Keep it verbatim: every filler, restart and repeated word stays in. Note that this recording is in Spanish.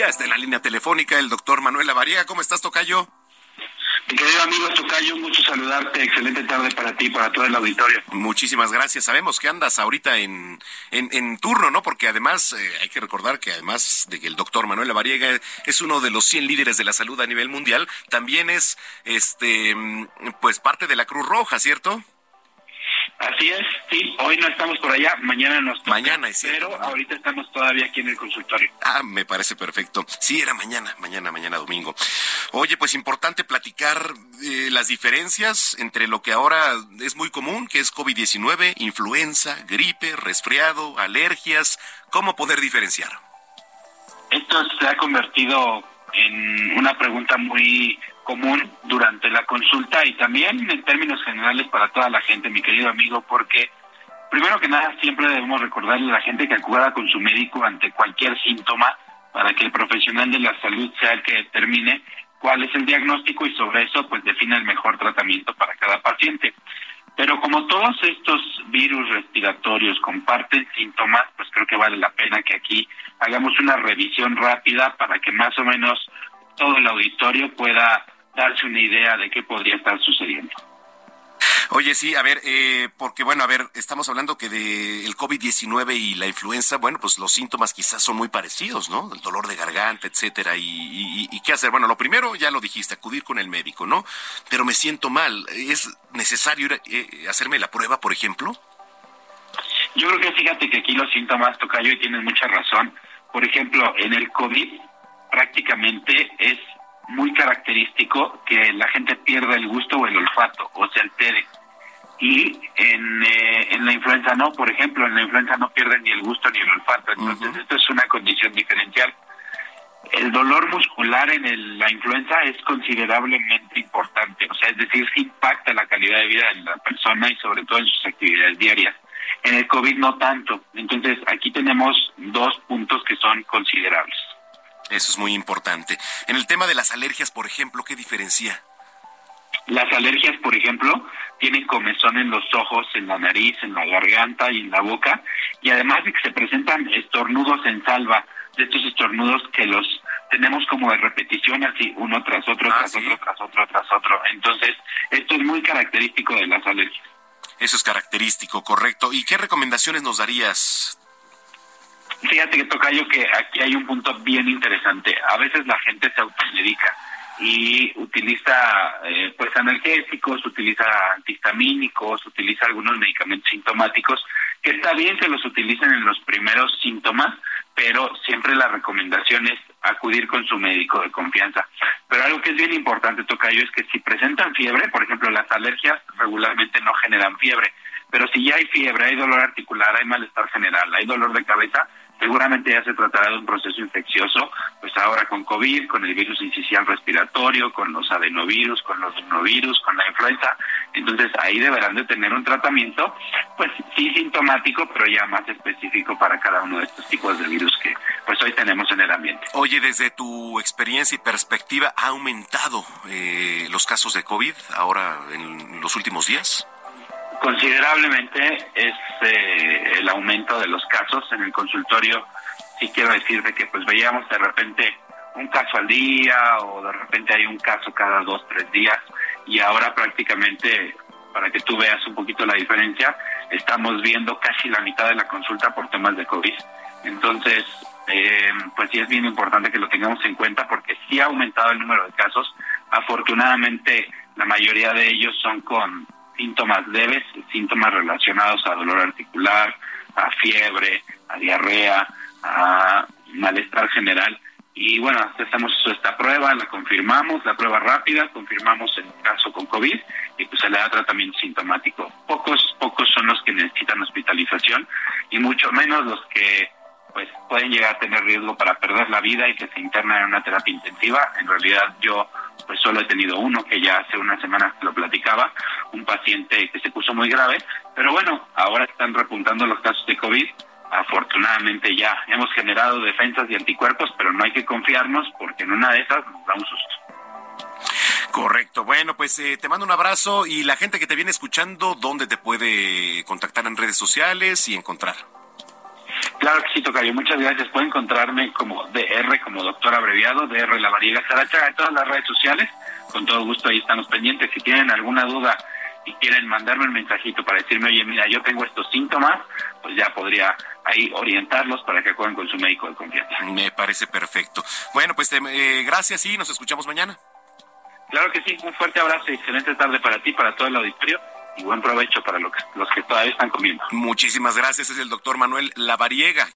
Ya está en la línea telefónica el doctor Manuel Lavariega. ¿Cómo estás, tocayo? Mi querido amigo tocayo, un gusto saludarte. Excelente tarde para ti y para todo el auditorio. Muchísimas gracias. Sabemos que andas ahorita en, en, en turno, ¿no? Porque además, eh, hay que recordar que además de que el doctor Manuel Lavariega es uno de los cien líderes de la salud a nivel mundial, también es, este, pues, parte de la Cruz Roja, ¿cierto? Así es, sí, hoy no estamos por allá, mañana nos toca. Mañana, es cierto. Pero mañana. Ahorita estamos todavía aquí en el consultorio. Ah, me parece perfecto. Sí, era mañana, mañana, mañana domingo. Oye, pues importante platicar eh, las diferencias entre lo que ahora es muy común, que es COVID diecinueve, influenza, gripe, resfriado, alergias. ¿Cómo poder diferenciar? Esto se ha convertido en una pregunta muy común durante la consulta y también en términos generales para toda la gente, mi querido amigo, porque primero que nada siempre debemos recordarle a la gente que acuda con su médico ante cualquier síntoma para que el profesional de la salud sea el que determine cuál es el diagnóstico y sobre eso pues define el mejor tratamiento para cada paciente. Pero como todos estos virus respiratorios comparten síntomas, pues creo que vale la pena que aquí hagamos una revisión rápida para que más o menos todo el auditorio pueda darse una idea de qué podría estar sucediendo. Oye, sí, a ver, eh, porque bueno, a ver, estamos hablando que de el COVID diecinueve y la influenza, bueno, pues los síntomas quizás son muy parecidos, ¿no? El dolor de garganta, etcétera, y, y, y ¿qué hacer? Bueno, lo primero, ya lo dijiste, acudir con el médico, ¿no? Pero me siento mal, ¿es necesario ir a, eh, hacerme la prueba, por ejemplo? Yo creo que fíjate que aquí los síntomas, tocayo, y tienes mucha razón. Por ejemplo, en el COVID prácticamente es muy característico que la gente pierda el gusto o el olfato o se altere. Y en, eh, en la influenza no, por ejemplo, en la influenza no pierden ni el gusto ni el olfato. Entonces, uh-huh. Esto es una condición diferencial. El dolor muscular en el, la influenza es considerablemente importante. O sea, es decir, sí impacta la calidad de vida de la persona y sobre todo en sus actividades diarias. En el COVID no tanto. Entonces, aquí tenemos dos puntos que son considerables. Eso es muy importante. En el tema de las alergias, por ejemplo, ¿qué diferencia? Las alergias, por ejemplo, tienen comezón en los ojos, en la nariz, en la garganta y en la boca, y además de que se presentan estornudos en salva, de estos estornudos que los tenemos como de repetición, así uno tras otro, ah, tras ¿sí? otro, tras otro, tras otro. Entonces, esto es muy característico de las alergias. Eso es característico, correcto. ¿Y qué recomendaciones nos darías? Fíjate que tocayo que aquí hay un punto bien interesante. A veces la gente se automedica y utiliza eh, pues analgésicos, utiliza antihistamínicos, utiliza algunos medicamentos sintomáticos, que está bien que los utilicen en los primeros síntomas, pero siempre la recomendación es acudir con su médico de confianza. Pero algo que es bien importante, tocayo, es que si presentan fiebre, por ejemplo, las alergias regularmente no generan fiebre, pero si ya hay fiebre, hay dolor articular, hay malestar general, hay dolor de cabeza, seguramente ya se tratará de un proceso infeccioso, pues ahora con COVID, con el virus incisional respiratorio, con los adenovirus, con los rinovirus, con la influenza. Entonces ahí deberán de tener un tratamiento, pues sí sintomático, pero ya más específico para cada uno de estos tipos de virus que pues hoy tenemos en el ambiente. Oye, desde tu experiencia y perspectiva, ¿ha aumentado eh, los casos de COVID ahora en los últimos días? Considerablemente es eh, el aumento de los casos en el consultorio. Sí quiero decirte que pues veíamos de repente un caso al día o de repente hay un caso cada dos, tres días y ahora prácticamente, para que tú veas un poquito la diferencia, estamos viendo casi la mitad de la consulta por temas de COVID. Entonces, eh, pues sí es bien importante que lo tengamos en cuenta porque sí ha aumentado el número de casos. Afortunadamente, la mayoría de ellos son con síntomas leves, síntomas relacionados a dolor articular, a fiebre, a diarrea, a malestar general. Y bueno, hacemos esta prueba, la confirmamos, la prueba rápida, confirmamos el caso con COVID y pues se le da tratamiento sintomático. Pocos, pocos son los que necesitan hospitalización y mucho menos los que pues pueden llegar a tener riesgo para perder la vida y que se internan en una terapia intensiva. En realidad yo pues solo he tenido uno que ya hace unas semanas lo platicaba, un paciente que se puso muy grave, pero bueno, ahora están repuntando los casos de COVID. Afortunadamente ya hemos generado defensas y anticuerpos, pero no hay que confiarnos porque en una de esas nos da un susto. Correcto. Bueno, pues eh, te mando un abrazo y la gente que te viene escuchando, ¿dónde te puede contactar en redes sociales y encontrar? Claro que sí, tocayo. Muchas gracias. Pueden encontrarme como D R, como doctor abreviado, D R Lavariega Sarachaga, en todas las redes sociales. Con todo gusto ahí estamos pendientes. Si tienen alguna duda y quieren mandarme un mensajito para decirme, oye, mira, yo tengo estos síntomas, pues ya podría ahí orientarlos para que acudan con su médico de confianza. Me parece perfecto. Bueno, pues eh, gracias y nos escuchamos mañana. Claro que sí. Un fuerte abrazo y excelente tarde para ti, para todo el auditorio. Y buen provecho para los que, los que todavía están comiendo. Muchísimas gracias. Es el doctor Manuel Lavariega.